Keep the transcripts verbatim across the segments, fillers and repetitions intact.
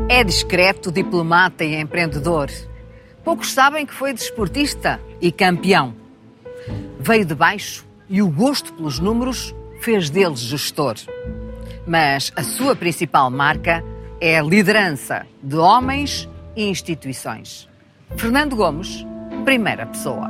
É discreto, diplomata e empreendedor. Poucos sabem que foi desportista e campeão. Veio de baixo e o gosto pelos números fez dele gestor. Mas a sua principal marca é a liderança de homens e instituições. Fernando Gomes, primeira pessoa.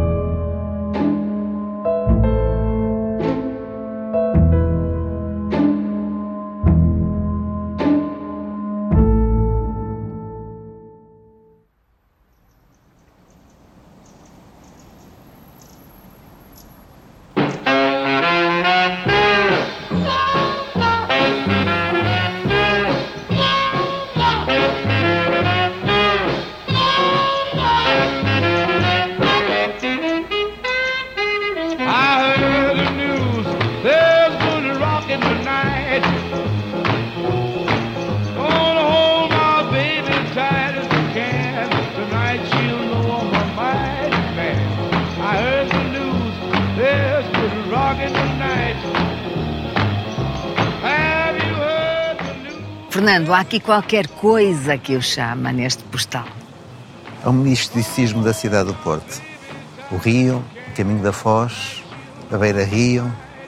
Fernando, há aqui qualquer coisa que o chama neste postal. É um misticismo da cidade do Porto. O Rio, o Caminho da Foz, a Beira-Rio,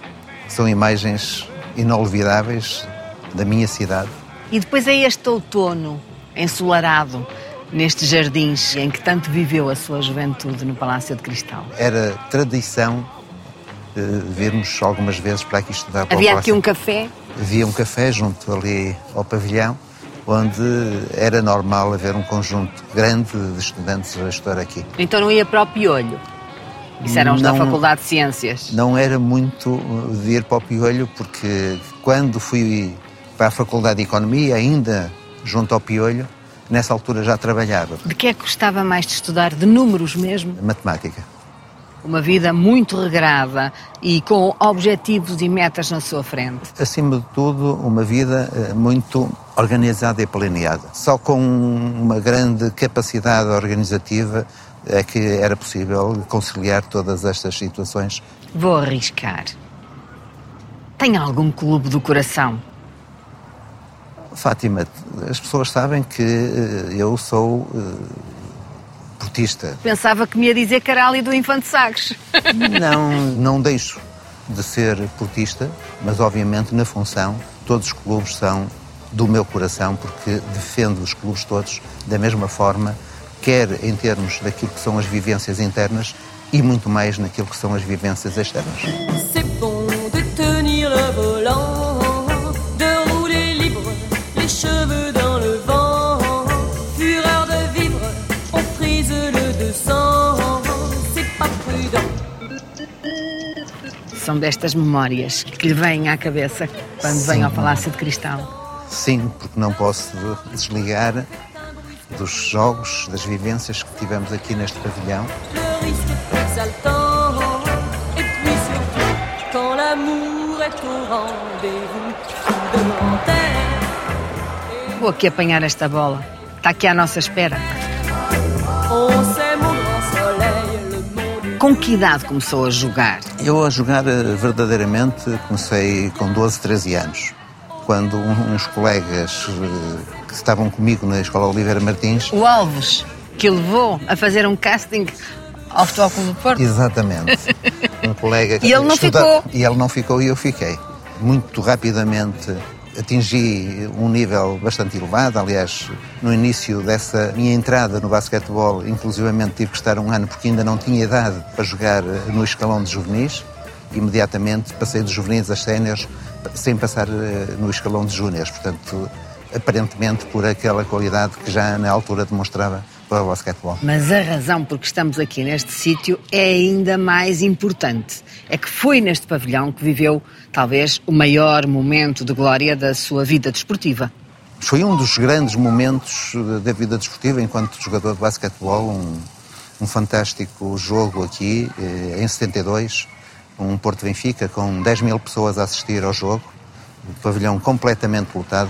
são imagens inolvidáveis da minha cidade. E depois é este outono ensolarado nestes jardins em que tanto viveu a sua juventude no Palácio de Cristal. Era tradição uh, virmos algumas vezes para aqui estudar. Para Havia o aqui um café? Havia um café junto ali ao pavilhão, onde era normal haver um conjunto grande de estudantes a estudar aqui. Então não ia para o Piolho? Isso eram os da Faculdade de Ciências? Não era muito de ir para o Piolho, porque quando fui para a Faculdade de Economia, ainda junto ao Piolho, nessa altura já trabalhava. De que é que gostava mais de estudar? De números mesmo? Matemática. Uma vida muito regrada e com objetivos e metas na sua frente. Acima de tudo, uma vida muito organizada e planeada. Só com uma grande capacidade organizativa é que era possível conciliar todas estas situações. Vou arriscar. Tem algum clube do coração? Fátima, as pessoas sabem que eu sou uh, portista. Pensava que me ia dizer que era ali do Infante Sagres. Não, não deixo de ser portista, mas obviamente na função todos os clubes são do meu coração, porque defendo os clubes todos da mesma forma, quer em termos daquilo que são as vivências internas e muito mais naquilo que são as vivências externas. C'est bon de tenir le volant, de rouler libre, les cheveux dans le vent, fureur de vivre, on frise le deux cents, c'est pas prudent. São destas memórias que lhe vêm à cabeça quando Sim. vem ao Palácio de Cristal? Sim, porque não posso desligar dos jogos, das vivências que tivemos aqui neste pavilhão. Le risque est exaltant, et puis surtout, quand l'amour est au rendez-vous, fondamental. Vou aqui apanhar esta bola. Está aqui à nossa espera. On s'aime au grand soleil, le monde. Com que idade começou a jogar? Eu a jogar verdadeiramente comecei com doze, treze anos, quando uns colegas que estavam comigo na Escola Oliveira Martins... O Alves, que levou a fazer um casting ao Futebol Clube do Porto? Exatamente. Um colega que E ele não estuda... ficou? E ele não ficou e eu fiquei. Muito rapidamente atingi um nível bastante elevado. Aliás, no início dessa minha entrada no basquetebol, inclusivamente tive que estar um ano porque ainda não tinha idade para jogar no escalão de juvenis. Imediatamente passei dos juvenis às séniores sem passar no escalão de júniores. Portanto, aparentemente por aquela qualidade que já na altura demonstrava para o basquetebol. Mas a razão por que estamos aqui neste sítio é ainda mais importante. É que foi neste pavilhão que viveu, talvez, o maior momento de glória da sua vida desportiva. Foi um dos grandes momentos da vida desportiva enquanto jogador de basquetebol, um, um fantástico jogo aqui, em setenta e dois, um Porto Benfica com dez mil pessoas a assistir ao jogo, o pavilhão completamente lotado.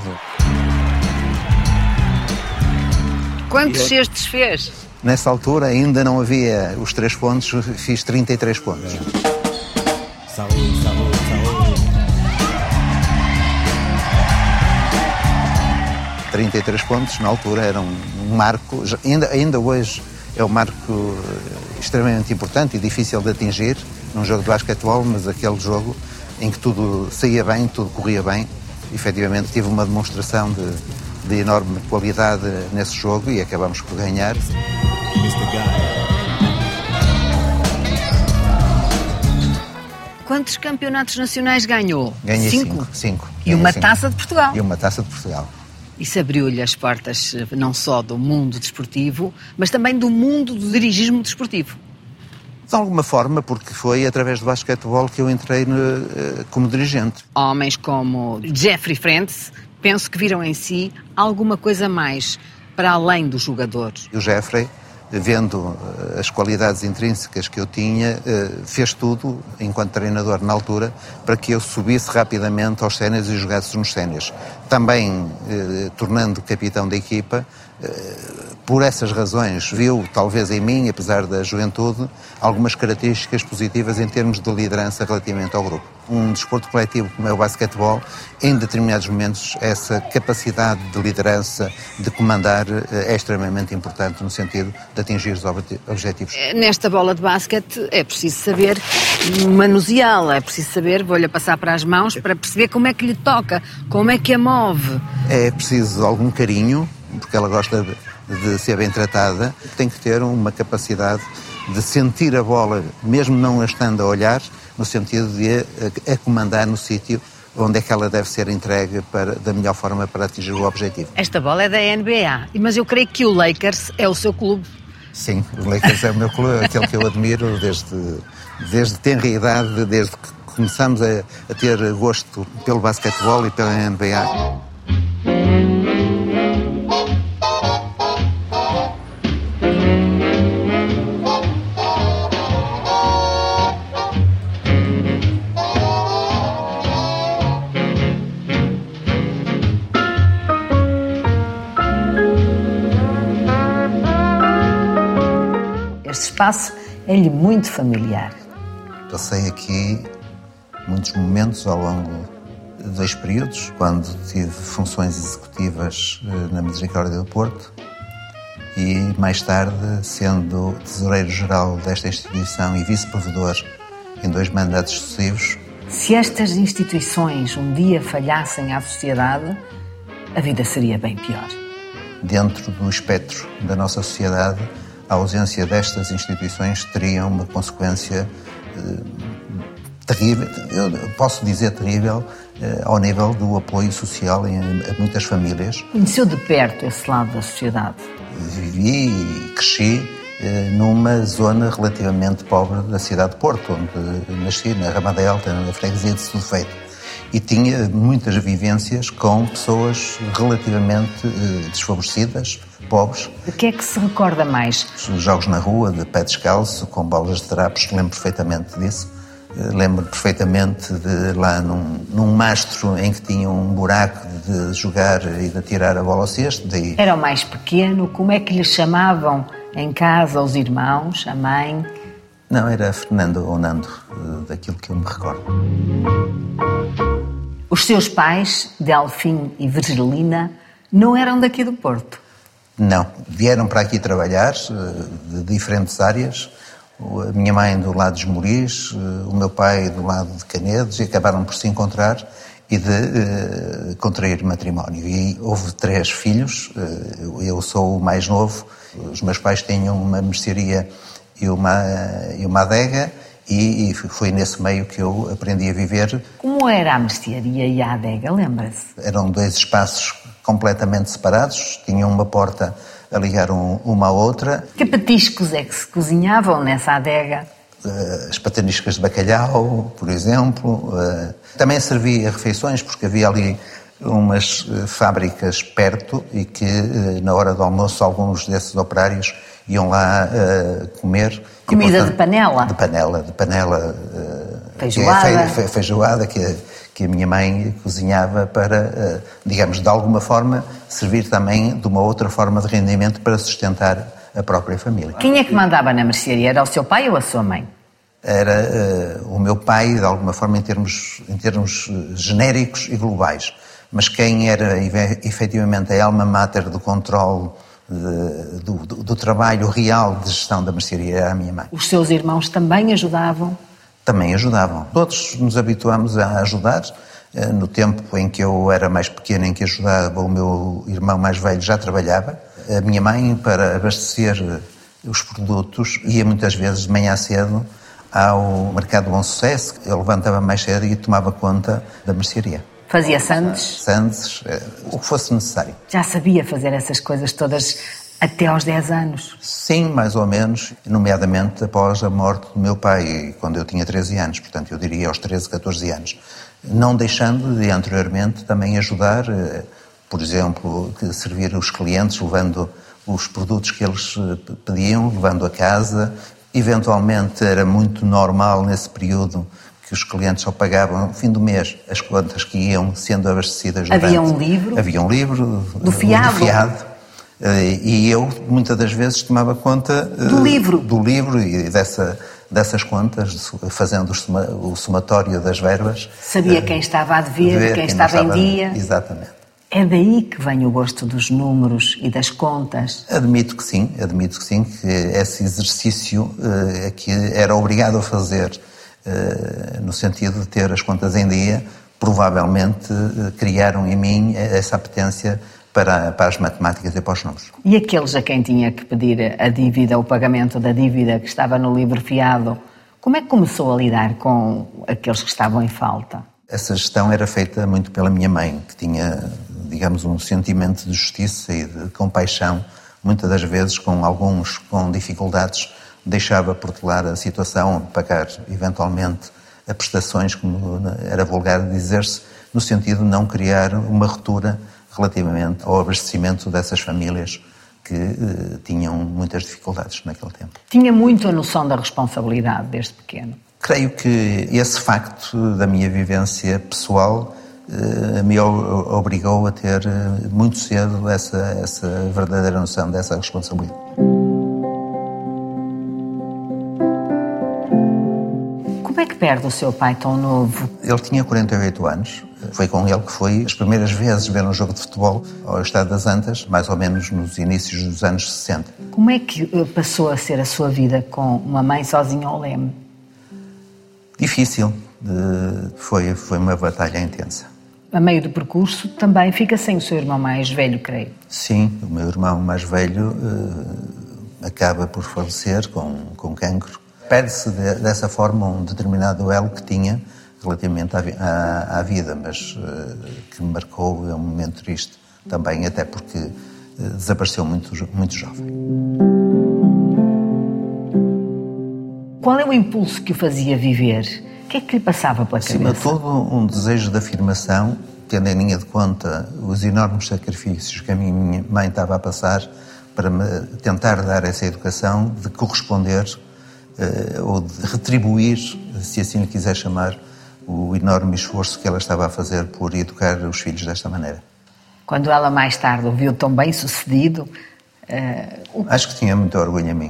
Quantos cestos fez? Nessa altura ainda não havia os três pontos, fiz trinta e três pontos. Saúde, saúde, saúde. trinta e três pontos, na altura era um, um marco, ainda, ainda hoje é um marco extremamente importante e difícil de atingir num jogo de basquetebol, mas aquele jogo em que tudo saía bem, tudo corria bem, efetivamente tive uma demonstração de, de enorme qualidade nesse jogo e acabamos por ganhar. mister Guy. Quantos campeonatos nacionais ganhou? Ganhei cinco. cinco. cinco. E Ganhei uma cinco. taça de Portugal. E uma taça de Portugal. Isso abriu-lhe as portas não só do mundo desportivo, mas também do mundo do dirigismo desportivo. De alguma forma, porque foi através do basquetebol que eu entrei no, como dirigente. Homens como Jeffrey Friends, penso que viram em si alguma coisa mais para além dos jogadores. O Jeffrey, vendo as qualidades intrínsecas que eu tinha, fez tudo, enquanto treinador na altura, para que eu subisse rapidamente aos séniores e jogasse nos séniores. Também, eh, tornando capitão da equipa, eh, por essas razões, viu, talvez em mim, apesar da juventude, algumas características positivas em termos de liderança relativamente ao grupo. Um desporto coletivo como é o basquetebol, em determinados momentos, essa capacidade de liderança, de comandar, é extremamente importante no sentido de atingir os objetivos. Nesta bola de basquete é preciso saber manuseá-la, é preciso saber, vou-lhe passar para as mãos, para perceber como é que lhe toca, como é que a move. É preciso algum carinho, porque ela gosta de, de ser bem tratada, tem que ter uma capacidade de sentir a bola, mesmo não a estando a olhar, no sentido de a, a comandar no sítio onde é que ela deve ser entregue para, da melhor forma para atingir o objetivo. Esta bola é da N B A, mas eu creio que o Lakers é o seu clube. Sim, o Lakers é o meu clube, aquele que eu admiro desde, desde tenra idade, desde que começamos a, a ter gosto pelo basquetebol e pela N B A. Este espaço é-lhe muito familiar. Passei aqui muitos momentos ao longo de dois períodos, quando tive funções executivas na Misericórdia do Porto e, mais tarde, sendo tesoureiro-geral desta instituição e vice-provedor em dois mandatos sucessivos. Se estas instituições um dia falhassem à sociedade, a vida seria bem pior. Dentro do espectro da nossa sociedade, a ausência destas instituições teria uma consequência eh, terrível, eu posso dizer terrível, eh, ao nível do apoio social em, a muitas famílias. Conheceu de perto esse lado da sociedade? Vivi e cresci eh, numa zona relativamente pobre da cidade de Porto, onde nasci, na Ramada Alta, na freguesia de Tudo Feito. E tinha muitas vivências com pessoas relativamente eh, desfavorecidas, pobres. De que é que se recorda mais? Os jogos na rua, de pé descalço, com bolas de trapos, lembro perfeitamente disso. Lembro perfeitamente de lá num, num mastro em que tinha um buraco de jogar e de atirar a bola ao cesto. Daí... Era o mais pequeno, como é que lhe chamavam em casa os irmãos, a mãe? Não, era Fernando ou Nando, daquilo que eu me recordo. Os seus pais, Delfim e Virgilina, não eram daqui do Porto? Não, vieram para aqui trabalhar de diferentes áreas. A minha mãe do lado dos Moris, o meu pai do lado de Canedos, e acabaram por se encontrar e de uh, contrair matrimónio. E houve três filhos, uh, eu sou o mais novo, os meus pais tinham uma mercearia e uma, e uma adega, e, e foi nesse meio que eu aprendi a viver. Como era a mercearia e a adega, lembra-se? Eram dois espaços completamente separados, tinham uma porta a ligar um, uma à outra. Que petiscos é que se cozinhavam nessa adega? Uh, as pataniscas de bacalhau, por exemplo. Uh, também servia refeições, porque havia ali umas uh, fábricas perto e que, uh, na hora do almoço, alguns desses operários iam lá uh, comer. Comida e, portanto, de panela? De panela, de panela. Uh, feijoada? É fe, fe, feijoada, que, que a minha mãe cozinhava para, uh, digamos, de alguma forma, servir também de uma outra forma de rendimento para sustentar a própria família. Quem é que mandava na mercearia? Era o seu pai ou a sua mãe? Era uh, o meu pai, de alguma forma, em termos, em termos genéricos e globais. mas quem era efetivamente a alma mater do controle de, do, do, do trabalho real de gestão da mercearia era a minha mãe. Os seus irmãos também ajudavam? Também ajudavam. Todos nos habituámos a ajudar. No tempo em que eu era mais pequeno, em que ajudava, o meu irmão mais velho já trabalhava. A minha mãe, para abastecer os produtos, ia muitas vezes de manhã cedo ao Mercado Bom Sucesso. Eu levantava mais cedo e tomava conta da mercearia. Fazia sandes? Sandes, o que fosse necessário. Já sabia fazer essas coisas todas até aos dez anos? Sim, mais ou menos, nomeadamente após a morte do meu pai, quando eu tinha treze anos, portanto eu diria aos treze, catorze anos. Não deixando de anteriormente também ajudar, por exemplo, servir os clientes, levando os produtos que eles pediam, levando a casa. Eventualmente era muito normal nesse período que os clientes só pagavam no fim do mês as contas que iam sendo abastecidas. Havia um livro? Havia um livro do fiado. Do fiado. E eu, muitas das vezes, tomava conta do livro, do livro e dessa, dessas contas, fazendo o somatório das verbas. Sabia quem estava a dever, quem, quem estava, estava em dia. Exatamente. É daí que vem o gosto dos números e das contas? Admito que sim, admito que sim, que esse exercício é que era obrigado a fazer, no sentido de ter as contas em dia, provavelmente criaram em mim essa apetência Para, para as matemáticas e para os números. E aqueles a quem tinha que pedir a dívida, o pagamento da dívida que estava no livro fiado, como é que começou a lidar com aqueles que estavam em falta? Essa gestão era feita muito pela minha mãe, que tinha, digamos, um sentimento de justiça e de compaixão, muitas das vezes com alguns com dificuldades, deixava protelar a situação, pagar eventualmente a prestações, como era vulgar dizer-se, no sentido de não criar uma ruptura relativamente ao abastecimento dessas famílias que eh, tinham muitas dificuldades naquele tempo. Tinha muito a noção da responsabilidade desde pequeno? Creio que esse facto da minha vivência pessoal eh, me obrigou a ter eh, muito cedo essa, essa verdadeira noção dessa responsabilidade. Como é que perde o seu pai tão novo? Ele tinha quarenta e oito anos. Foi com ele que foi as primeiras vezes ver um jogo de futebol ao Estádio das Antas, mais ou menos nos inícios dos anos sessenta. Como é que passou a ser a sua vida com uma mãe sozinha ao leme? Difícil. Foi, foi uma batalha intensa. A meio do percurso também fica sem o seu irmão mais velho, creio. Sim, o meu irmão mais velho uh, acaba por falecer com, com cancro. Perde-se de, dessa forma um determinado elo que tinha relativamente à, à, à vida, mas uh, que me marcou, é um momento triste também, até porque uh, desapareceu muito, muito jovem. Qual é o impulso que o fazia viver? O que é que lhe passava pela cabeça? Acima de tudo, um desejo de afirmação, tendo em linha de conta os enormes sacrifícios que a minha mãe estava a passar para me tentar dar essa educação, de corresponder uh, ou de retribuir, se assim lhe quiser chamar, o enorme esforço que ela estava a fazer por educar os filhos desta maneira. Quando ela mais tarde o viu tão bem sucedido... Uh, o... Acho que tinha muito orgulho em mim.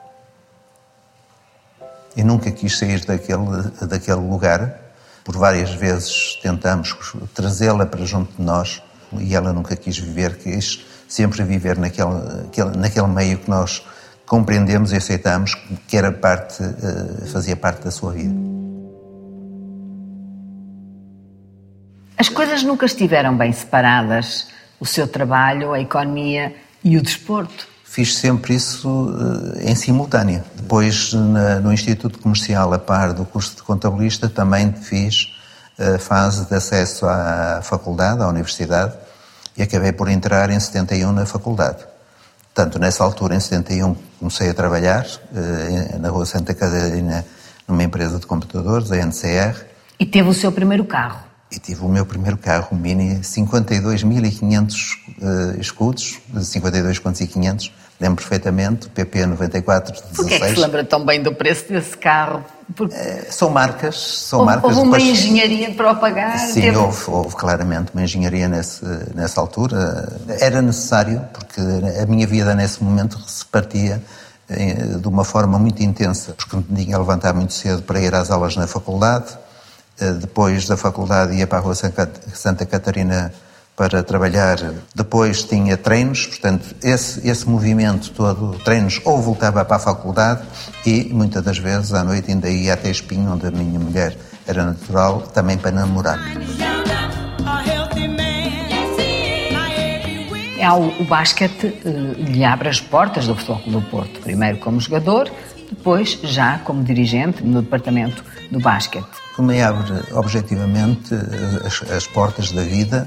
E nunca quis sair daquele, daquele lugar. Por várias vezes tentamos trazê-la para junto de nós e ela nunca quis viver, quis sempre viver naquele, naquele meio que nós compreendemos e aceitamos que era parte, fazia parte da sua vida. As coisas nunca estiveram bem separadas, o seu trabalho, a economia e o desporto. Fiz sempre isso uh, em simultâneo. Depois, na, no Instituto Comercial, a par do curso de contabilista, também fiz a fase de acesso à faculdade, à universidade, e acabei por entrar em setenta e um na faculdade. Portanto, nessa altura, em setenta e um, comecei a trabalhar uh, na Rua Santa Catarina, numa empresa de computadores, a N C R. E teve o seu primeiro carro? E tive o meu primeiro carro, um Mini, cinquenta e dois mil e quinhentos uh, escudos, cinquenta e dois mil e quinhentos, lembro perfeitamente, o P P noventa e quatro dezasseis. Porquê é que se lembra tão bem do preço desse carro? Porque... Uh, são marcas, são houve, marcas. Houve uma depois... engenharia para o pagar? Sim, teve... houve, houve claramente uma engenharia nesse, nessa altura. Era necessário, porque a minha vida nesse momento se partia de uma forma muito intensa, porque me tinha a levantar muito cedo para ir às aulas na faculdade. Depois da faculdade ia para a Rua Santa Catarina para trabalhar. Depois tinha treinos, portanto, esse, esse movimento todo, treinos, ou voltava para a faculdade e, muitas das vezes, à noite ainda ia até Espinho, onde a minha mulher era natural, também para namorar. O, o basquete uh, lhe abre as portas do Futebol Clube do Porto, primeiro como jogador, depois já como dirigente no departamento do basquete. O que me abre objetivamente as, as portas da vida,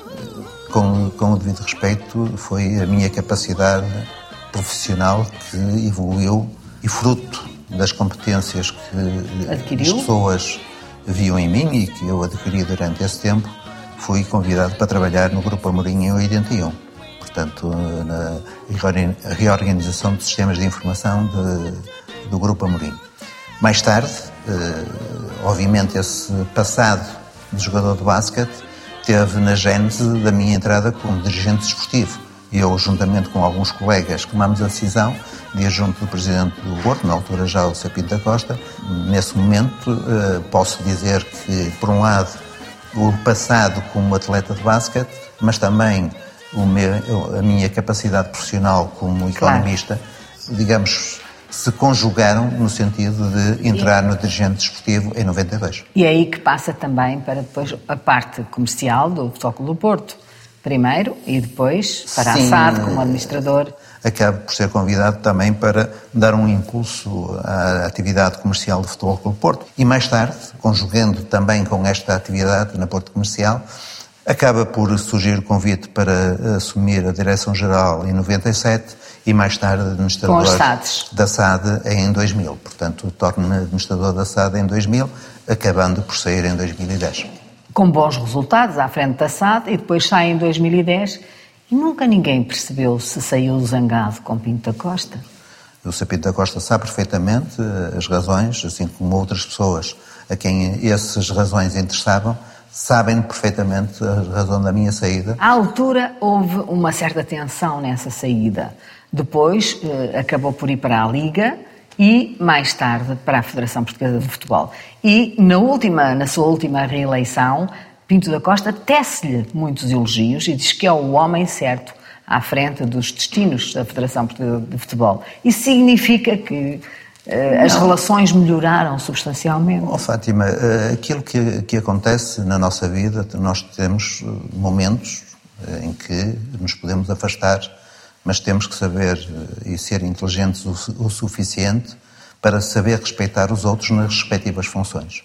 com, com o devido respeito, foi a minha capacidade profissional que evoluiu e fruto das competências que Adquiriu. as pessoas viam em mim e que eu adquiri durante esse tempo, fui convidado para trabalhar no Grupo Amorim em oitenta e um. Portanto, na reorganização dos sistemas de informação de, do Grupo Amorim. Mais tarde, eh, obviamente, esse passado de jogador de basquete teve na gênese da minha entrada como dirigente desportivo. E eu, juntamente com alguns colegas, tomamos a decisão de ir junto do presidente do Porto, na altura já o Sapinto da Costa. Nesse momento, eh, posso dizer que, por um lado, o passado como atleta de basquete, mas também o meu, a minha capacidade profissional como economista, claro. digamos, se conjugaram no sentido de entrar no dirigente desportivo em noventa e dois. E é aí que passa também para depois a parte comercial do Futebol Clube do Porto, primeiro, e depois para Sim, a S A D como administrador. Acabo por ser convidado também para dar um impulso à atividade comercial do Futebol Clube do Porto. E mais tarde, conjugando também com esta atividade na Porto Comercial, acaba por surgir o convite para assumir a Direção-Geral em noventa e sete e mais tarde administrador da S A D em dois mil. Portanto, torno-me administrador da S A D em dois mil, acabando por sair em dois mil e dez. Com bons resultados à frente da S A D e depois sai em dois mil e dez e nunca ninguém percebeu se saiu zangado com Pinto da Costa. O Sr. Pinto da Costa sabe perfeitamente as razões, assim como outras pessoas a quem essas razões interessavam, sabem perfeitamente a razão da minha saída. À altura houve uma certa tensão nessa saída. Depois eh, acabou por ir para a Liga e mais tarde para a Federação Portuguesa de Futebol. E na, última, na sua última reeleição, Pinto da Costa tece-lhe muitos elogios e diz que é o homem certo à frente dos destinos da Federação Portuguesa de Futebol. Isso significa que Uh, as relações melhoraram substancialmente? Oh, Fátima, uh, aquilo que, que acontece na nossa vida, nós temos momentos uh, em que nos podemos afastar, mas temos que saber uh, e ser inteligentes o, o suficiente para saber respeitar os outros nas respectivas funções.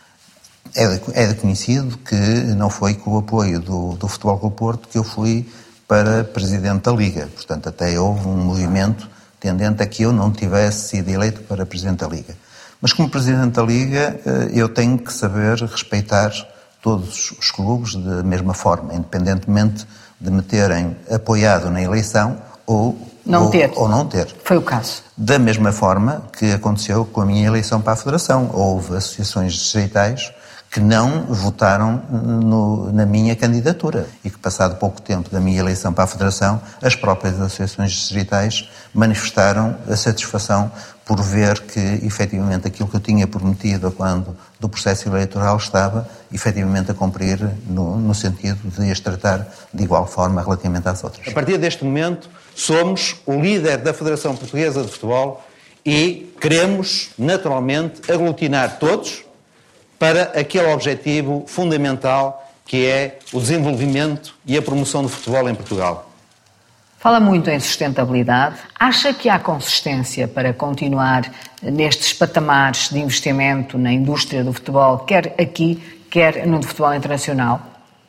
É de, é de conhecido que não foi com o apoio do, do Futebol Clube do Porto que eu fui para Presidente da Liga. Portanto, até houve um movimento tendente a que eu não tivesse sido eleito para Presidente da Liga. Mas como Presidente da Liga, eu tenho que saber respeitar todos os clubes da mesma forma, independentemente de me terem apoiado na eleição ou não, ou, ter. ou não ter. Foi o caso. Da mesma forma que aconteceu com a minha eleição para a Federação. Houve associações distritais que não votaram no, na minha candidatura e que, passado pouco tempo da minha eleição para a Federação, as próprias associações distritais manifestaram a satisfação por ver que, efetivamente, aquilo que eu tinha prometido quando do processo eleitoral estava, efetivamente, a cumprir no, no sentido de as tratar de igual forma relativamente às outras. A partir deste momento, somos o líder da Federação Portuguesa de Futebol e queremos, naturalmente, aglutinar todos para aquele objetivo fundamental que é o desenvolvimento e a promoção do futebol em Portugal. Fala muito em sustentabilidade. Acha que há consistência para continuar nestes patamares de investimento na indústria do futebol, quer aqui, quer no futebol internacional?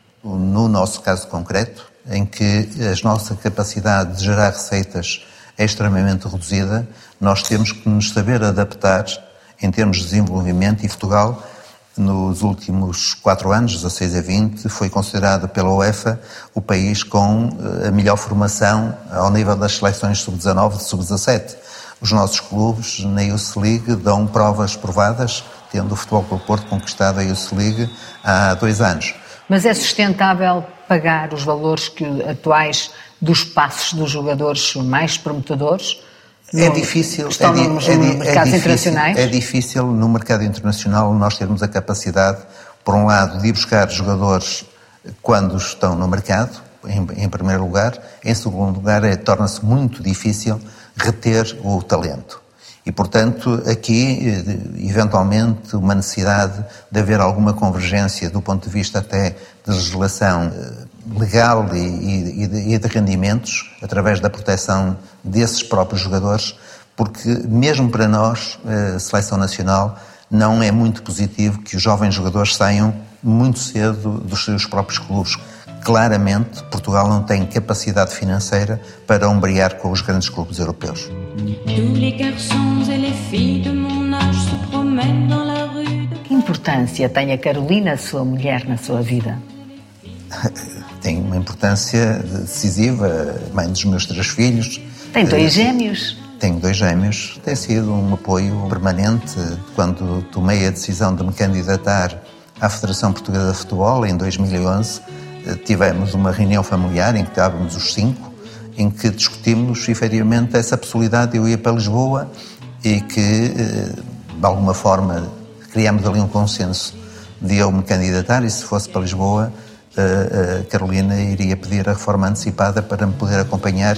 No nosso caso concreto, em que a nossa capacidade de gerar receitas é extremamente reduzida, nós temos que nos saber adaptar em termos de desenvolvimento e Portugal, nos últimos quatro anos, dezasseis a vinte, foi considerado pela UEFA o país com a melhor formação ao nível das seleções sub dezanove e sub dezassete. Os nossos clubes na Youth League dão provas provadas, tendo o Futebol Clube do Porto conquistado a Youth League há dois anos. Mas é sustentável pagar os valores que atuais dos passos dos jogadores mais prometedores? É difícil, estão é, nos é, mercados é difícil, internacionais? É difícil no mercado internacional nós termos a capacidade, por um lado, de ir buscar jogadores quando estão no mercado, em, em primeiro lugar. Em segundo lugar, é, torna-se muito difícil reter o talento. E, portanto, aqui, eventualmente, uma necessidade de haver alguma convergência do ponto de vista até de legislação legal e, e, e de rendimentos, através da proteção desses próprios jogadores, porque mesmo para nós, a Seleção Nacional, não é muito positivo que os jovens jogadores saiam muito cedo dos seus próprios clubes. Claramente, Portugal não tem capacidade financeira para ombrear com os grandes clubes europeus. Que importância tem a Carolina, sua mulher, na sua vida? Tem uma importância decisiva, mãe dos meus três filhos. Tem dois gêmeos. Tenho dois gêmeos. Tem sido um apoio permanente. Quando tomei a decisão de me candidatar à Federação Portuguesa de Futebol, em dois mil e onze, tivemos uma reunião familiar em que estávamos os cinco, em que discutimos efetivamente essa possibilidade de eu ir para Lisboa e que, de alguma forma, criámos ali um consenso de eu me candidatar e, se fosse para Lisboa, a Carolina iria pedir a reforma antecipada para me poder acompanhar.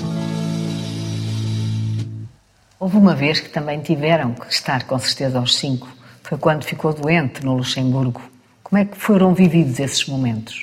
Houve uma vez que também tiveram que estar, com certeza, aos cinco. Foi quando ficou doente no Luxemburgo. Como é que foram vividos esses momentos?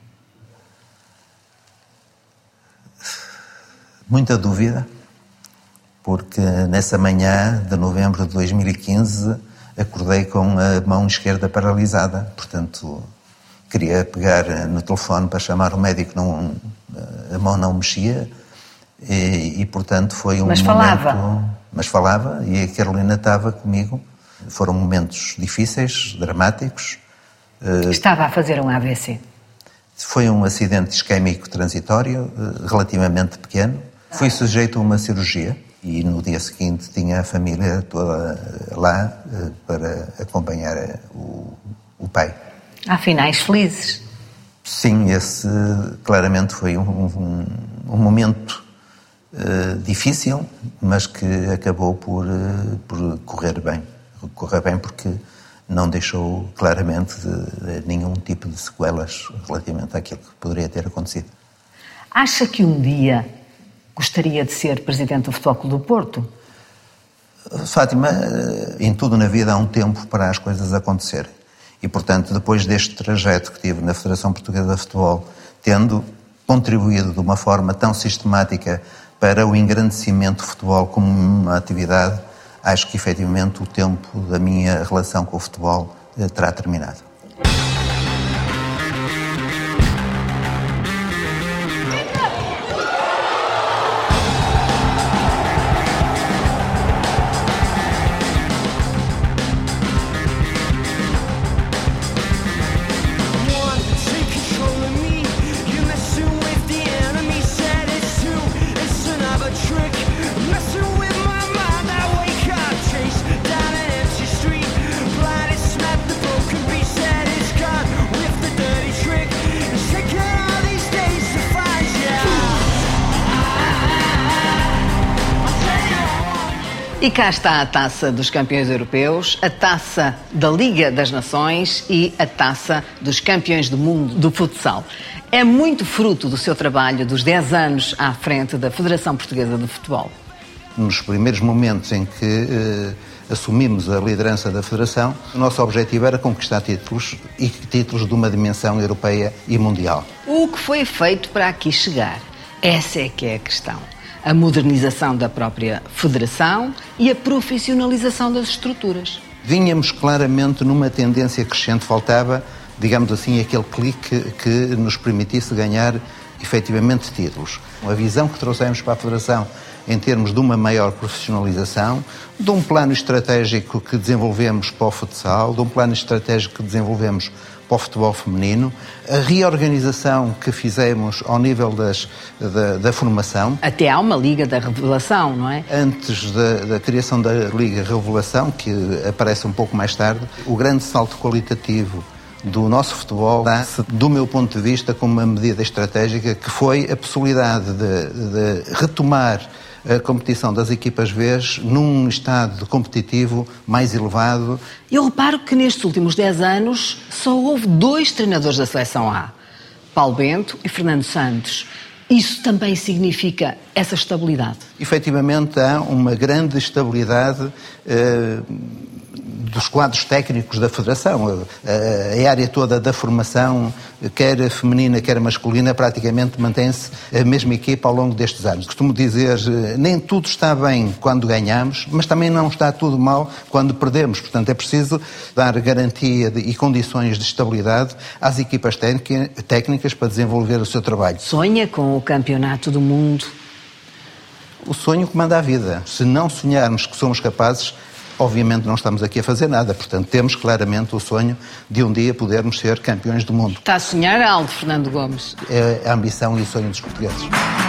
Muita dúvida, porque nessa manhã de novembro de dois mil e quinze acordei com a mão esquerda paralisada. Portanto, queria pegar no telefone para chamar o médico, não, a mão não mexia e, e portanto, foi um Mas momento... falava. Mas falava e a Carolina estava comigo. Foram momentos difíceis, dramáticos. Estava a fazer um A V C. Foi um acidente isquémico transitório, relativamente pequeno. Fui sujeito a uma cirurgia e no dia seguinte tinha a família toda lá para acompanhar o, o pai. Há finais felizes. Sim, esse claramente foi um, um, um momento uh, difícil, mas que acabou por, uh, por correr bem. Correr bem porque não deixou claramente de, nenhum tipo de sequelas relativamente àquilo que poderia ter acontecido. Acha que um dia gostaria de ser presidente do Futebol Clube do Porto? Fátima, em tudo na vida há um tempo para as coisas acontecerem. E, portanto, depois deste trajeto que tive na Federação Portuguesa de Futebol, tendo contribuído de uma forma tão sistemática para o engrandecimento do futebol como uma atividade, acho que, efetivamente, o tempo da minha relação com o futebol terá terminado. E cá está a Taça dos Campeões Europeus, a Taça da Liga das Nações e a Taça dos Campeões do Mundo do Futsal. É muito fruto do seu trabalho dos dez anos à frente da Federação Portuguesa de Futebol. Nos primeiros momentos em que eh, assumimos a liderança da Federação, o nosso objetivo era conquistar títulos, e títulos de uma dimensão europeia e mundial. O que foi feito para aqui chegar? Essa é que é a questão. A modernização da própria Federação e a profissionalização das estruturas. Vínhamos claramente numa tendência crescente, faltava, digamos assim, aquele clique que nos permitisse ganhar efetivamente títulos. A visão que trouxemos para a Federação em termos de uma maior profissionalização, de um plano estratégico que desenvolvemos para o futsal, de um plano estratégico que desenvolvemos para o futebol feminino, a reorganização que fizemos ao nível das, da, da formação. Até há uma Liga da Revelação, não é? Antes da, da criação da Liga Revelação, que aparece um pouco mais tarde, o grande salto qualitativo do nosso futebol dá-se, do meu ponto de vista, como uma medida estratégica, que foi a possibilidade de, de retomar a competição das equipas B num estado competitivo mais elevado. Eu reparo que nestes últimos dez anos só houve dois treinadores da Seleção A. Paulo Bento e Fernando Santos. Isso também significa essa estabilidade? Efetivamente, há uma grande estabilidade eh, dos quadros técnicos da Federação. A, a área toda da formação, quer feminina, quer masculina, praticamente mantém-se a mesma equipa ao longo destes anos. Costumo dizer, nem tudo está bem quando ganhamos, mas também não está tudo mal quando perdemos. Portanto, é preciso dar garantia de, e condições de estabilidade às equipas técnicas para desenvolver o seu trabalho. Sonha com o Campeonato do Mundo? O sonho comanda a vida. Se não sonharmos que somos capazes, obviamente não estamos aqui a fazer nada. Portanto, temos claramente o sonho de um dia podermos ser campeões do mundo. Está a sonhar algo, Fernando Gomes? É a ambição e o sonho dos portugueses.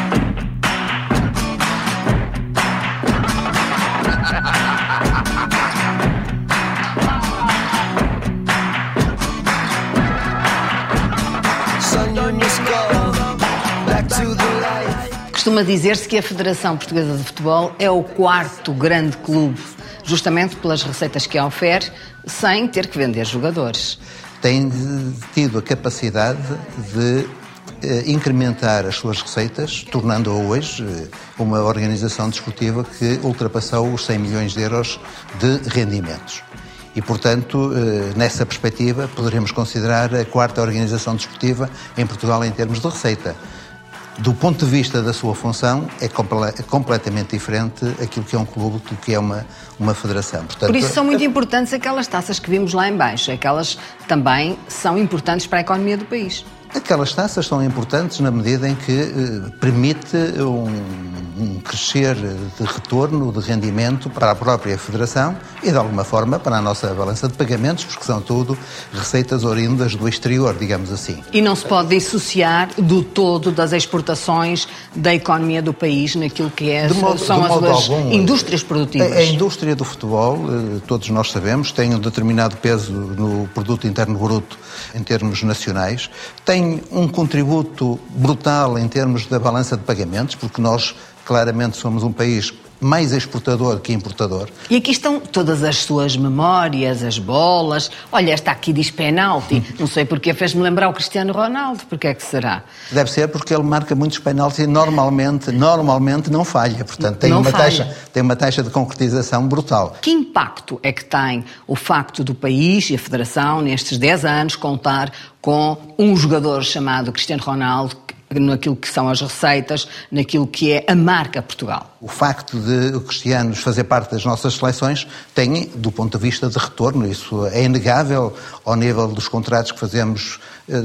Costuma dizer-se que a Federação Portuguesa de Futebol é o quarto grande clube, justamente pelas receitas que oferece, sem ter que vender jogadores. Tem tido a capacidade de eh, incrementar as suas receitas, tornando-a hoje eh, uma organização desportiva que ultrapassou os cem milhões de euros de rendimentos. E, portanto, eh, nessa perspectiva, poderemos considerar a quarta organização desportiva em Portugal em termos de receita. Do ponto de vista da sua função, é completamente diferente aquilo que é um clube do que é uma, uma federação. Portanto, por isso são muito importantes aquelas taças que vimos lá em baixo. Aquelas também são importantes para a economia do país. Aquelas taças são importantes na medida em que eh, permite um, um crescer de retorno, de rendimento para a própria Federação e, de alguma forma, para a nossa balança de pagamentos, porque são tudo receitas oriundas do exterior, digamos assim. E não se pode dissociar do todo das exportações da economia do país naquilo que é, modo, são as suas algum, indústrias produtivas. A, a indústria do futebol, todos nós sabemos, tem um determinado peso no produto interno bruto em termos nacionais, tem um contributo brutal em termos da balança de pagamentos, porque nós claramente somos um país mais exportador que importador. E aqui estão todas as suas memórias, as bolas. Olha, esta aqui diz penalti. Não sei porque fez-me lembrar o Cristiano Ronaldo. Porquê é que será? Deve ser porque ele marca muitos penaltis e normalmente, normalmente não falha. Portanto, tem, não uma falha. taxa, tem uma taxa de concretização brutal. Que impacto é que tem o facto do país e a Federação, nestes dez anos, contar com um jogador chamado Cristiano Ronaldo, naquilo que são as receitas, naquilo que é a marca Portugal? O facto de o Cristiano fazer parte das nossas seleções tem, do ponto de vista de retorno, isso é inegável ao nível dos contratos que fazemos, de,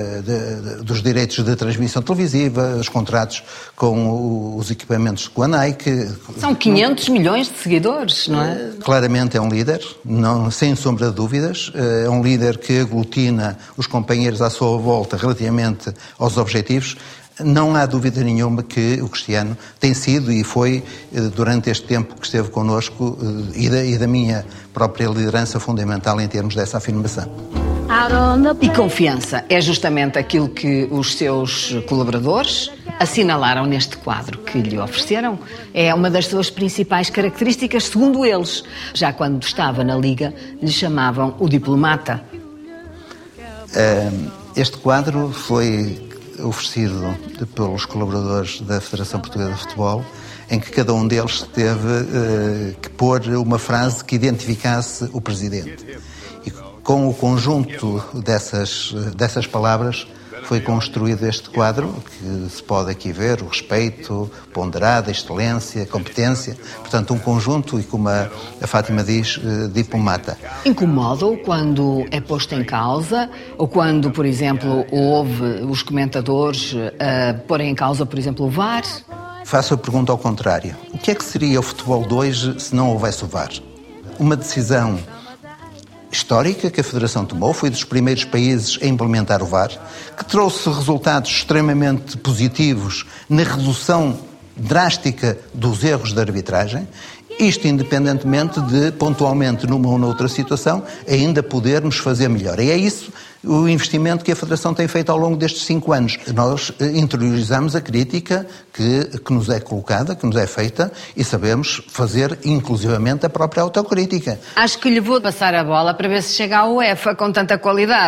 de, de, dos direitos de transmissão televisiva, os contratos com os equipamentos com a Nike. São quinhentos não... milhões de seguidores, não é? Claramente é um líder, não, sem sombra de dúvidas. É um líder que aglutina os companheiros à sua volta relativamente aos objetivos. Não há dúvida nenhuma que o Cristiano tem sido e foi, durante este tempo que esteve connosco, e da, e da minha própria liderança, fundamental em termos dessa afirmação. E confiança é justamente aquilo que os seus colaboradores assinalaram neste quadro que lhe ofereceram. É uma das suas principais características, segundo eles. Já quando estava na Liga, lhe chamavam o diplomata. Este quadro foi oferecido pelos colaboradores da Federação Portuguesa de Futebol, em que cada um deles teve uh, que pôr uma frase que identificasse o Presidente. E com o conjunto dessas, dessas palavras foi construído este quadro, que se pode aqui ver, o respeito, ponderado, a excelência, a competência, portanto um conjunto e, como a, a Fátima diz, uh, diplomata. Incomoda-o quando é posto em causa ou quando, por exemplo, houve os comentadores uh, porem em causa, por exemplo, o V A R? Faço a pergunta ao contrário. O que é que seria o futebol de hoje se não houvesse o V A R? Uma decisão histórica que a Federação tomou, foi dos primeiros países a implementar o V A R, que trouxe resultados extremamente positivos na redução drástica dos erros de arbitragem, isto independentemente de, pontualmente, numa ou noutra situação, ainda podermos fazer melhor. E é isso o investimento que a Federação tem feito ao longo destes cinco anos. Nós interiorizamos a crítica que, que nos é colocada, que nos é feita, e sabemos fazer, inclusivamente, a própria autocrítica. Acho que lhe vou passar a bola para ver se chega à UEFA com tanta qualidade.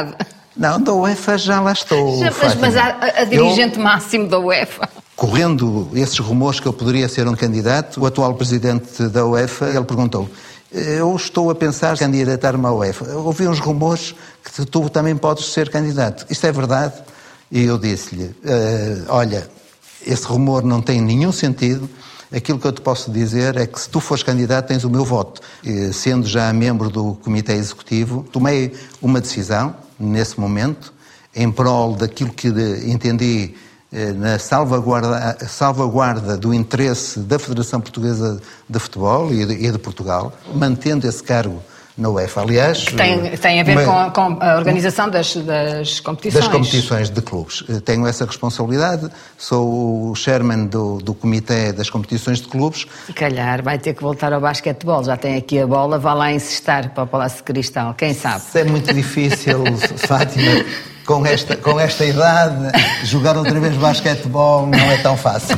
Não, da UEFA já lá estou. Já, mas, mas a, a dirigente eu, máximo da UEFA. Correndo esses rumores que eu poderia ser um candidato, o atual presidente da UEFA, ele perguntou: eu estou a pensar em candidatar-me à UEFA. Eu ouvi uns rumores que tu também podes ser candidato. Isto é verdade? E eu disse-lhe: uh, olha, esse rumor não tem nenhum sentido. Aquilo que eu te posso dizer é que se tu fores candidato tens o meu voto. E, sendo já membro do Comitê Executivo, tomei uma decisão nesse momento em prol daquilo que entendi eh, na salvaguarda, salvaguarda do interesse da Federação Portuguesa de Futebol e de, e de Portugal, mantendo esse cargo na UEFA. Aliás... Que tem, tem a ver uma, com, com a organização das, das competições. Das competições de clubes. Tenho essa responsabilidade, sou o chairman do, do Comitê das Competições de Clubes. Se calhar vai ter que voltar ao basquetebol, já tem aqui a bola, vá lá insistir para o Palácio de Cristal, quem sabe? Isso é muito difícil, Fátima, com esta, com esta idade, jogar outra vez basquetebol não é tão fácil.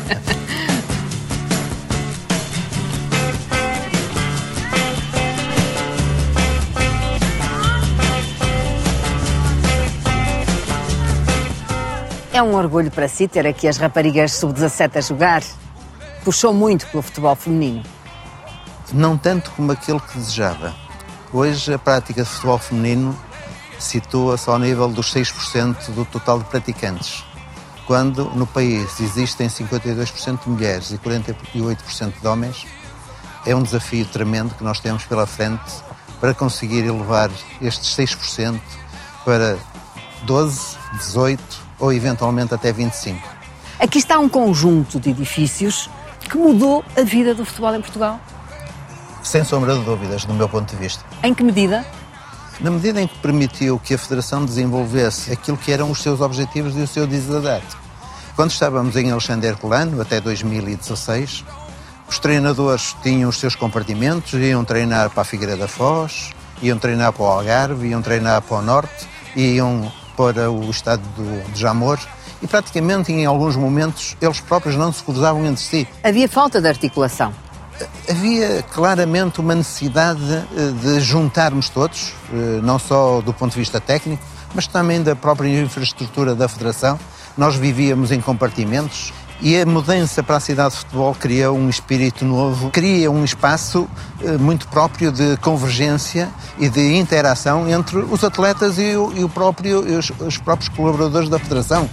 É um orgulho para si ter aqui as raparigas sub dezassete a jogar? Puxou muito pelo futebol feminino? Não tanto como aquele que desejava. Hoje a prática de futebol feminino situa-se ao nível dos seis por cento do total de praticantes. Quando no país existem cinquenta e dois por cento de mulheres e quarenta e oito por cento de homens, é um desafio tremendo que nós temos pela frente para conseguir elevar estes seis por cento para doze, dezoito ou eventualmente até vinte e cinco. Aqui está um conjunto de edifícios que mudou a vida do futebol em Portugal. Sem sombra de dúvidas, do meu ponto de vista. Em que medida? Na medida em que permitiu que a Federação desenvolvesse aquilo que eram os seus objetivos e o seu desiderato. Quando estávamos em Alexandre Herculano, até dois mil e dezasseis, os treinadores tinham os seus compartimentos, iam treinar para a Figueira da Foz, iam treinar para o Algarve, iam treinar para o Norte, iam para o estado do, de Jamor, e praticamente em alguns momentos eles próprios não se cruzavam entre si. Havia falta de articulação. Havia claramente uma necessidade de juntarmos todos, não só do ponto de vista técnico, mas também da própria infraestrutura da Federação. Nós vivíamos em compartimentos e a mudança para a cidade de futebol cria um espírito novo, cria um espaço muito próprio de convergência e de interação entre os atletas e, o, e o próprio, e os, os próprios colaboradores da Federação.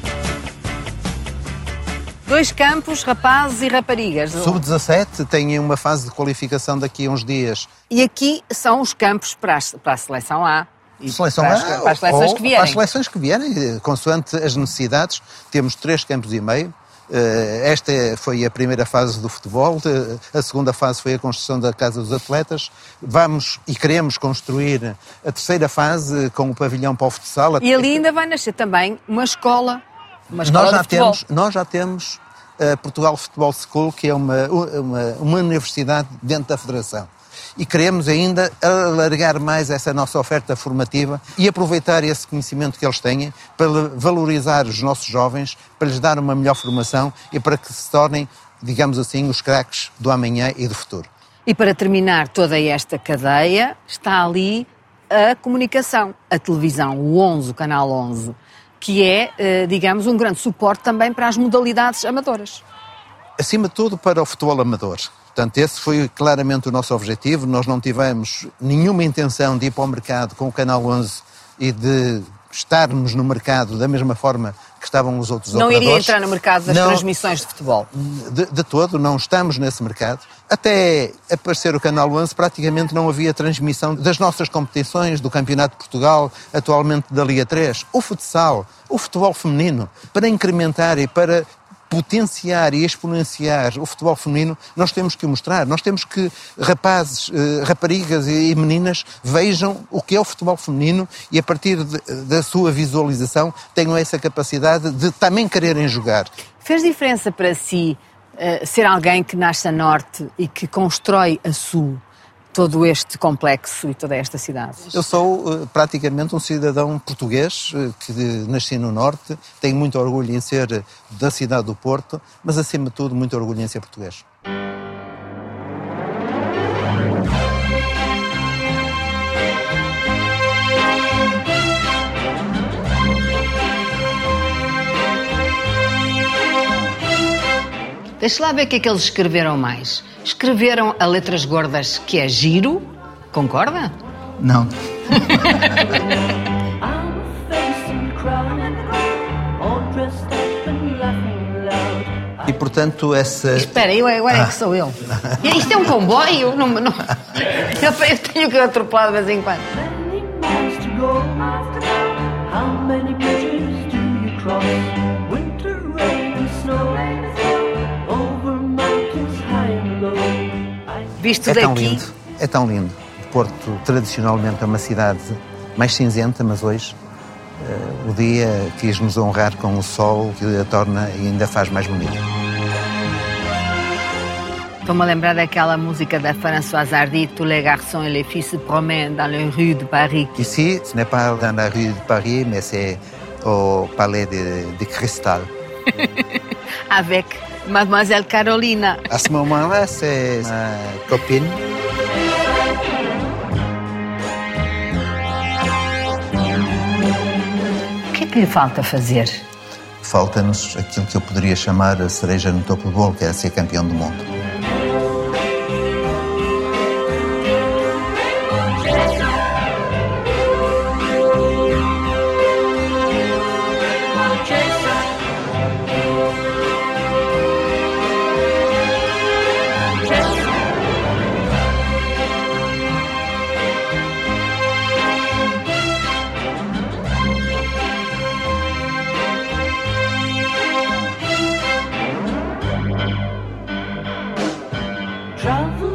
Dois campos, rapazes e raparigas. sub dezassete têm uma fase de qualificação daqui a uns dias. E aqui são os campos para a, para a seleção A. E seleção para, A, as, para as seleções ou, que vierem. Para as seleções que vierem, consoante as necessidades. Temos três campos e meio. Esta foi a primeira fase do futebol, a segunda fase foi a construção da Casa dos Atletas. Vamos e queremos construir a terceira fase com o pavilhão para o futsal. E ali ainda vai nascer também uma escola, uma escola nós já de futebol. Temos, nós já temos a Portugal Futebol School, que é uma, uma, uma universidade dentro da Federação. E queremos ainda alargar mais essa nossa oferta formativa e aproveitar esse conhecimento que eles têm para valorizar os nossos jovens, para lhes dar uma melhor formação e para que se tornem, digamos assim, os craques do amanhã e do futuro. E para terminar toda esta cadeia, está ali a comunicação, a televisão, o onze, o canal onze, que é, digamos, um grande suporte também para as modalidades amadoras. Acima de tudo para o futebol amador. Portanto, esse foi claramente o nosso objetivo. Nós não tivemos nenhuma intenção de ir para o mercado com o Canal onze e de estarmos no mercado da mesma forma que estavam os outros não operadores. Não iria entrar no mercado das não, transmissões de futebol? De, de todo, não estamos nesse mercado. Até aparecer o Canal onze, praticamente não havia transmissão das nossas competições, do Campeonato de Portugal, atualmente da Liga três, o futsal, o futebol feminino. Para incrementar e para potenciar e exponenciar o futebol feminino, nós temos que o mostrar. Nós temos que rapazes, raparigas e meninas vejam o que é o futebol feminino e a partir de, da sua visualização tenham essa capacidade de também quererem jogar. Fez diferença para si uh, ser alguém que nasce a norte e que constrói a sul todo este complexo e toda esta cidade? Eu sou uh, praticamente um cidadão português uh, que nasci no Norte, tenho muito orgulho em ser da cidade do Porto, mas acima de tudo muito orgulho em ser português. Deixa lá ver o que é que eles escreveram mais. Escreveram a letras gordas, que é giro. Concorda? Não. E, portanto, essa... Espera, eu agora ah. é que sou eu. Isto é um comboio? Não, não... Eu tenho que atropelar de vez em quando. Visto é daqui... tão lindo, é tão lindo. O Porto, tradicionalmente, é uma cidade mais cinzenta, mas hoje uh, o dia quis nos honrar com o sol, que a torna e ainda faz mais bonita. Estou-me a lembrar daquela música da Françoise Hardy, tous les garçons et les filles se promènent dans les rues de Paris. Ici, ce n'est pas dans la rue de Paris, mais c'est au Palais de, de Cristal. Avec Mademoiselle Carolina. À ce moment-là, c'est ma copine. O que é que lhe falta fazer? Falta-nos aquilo que eu poderia chamar a cereja no topo do bolo, que é ser campeão do mundo. Travel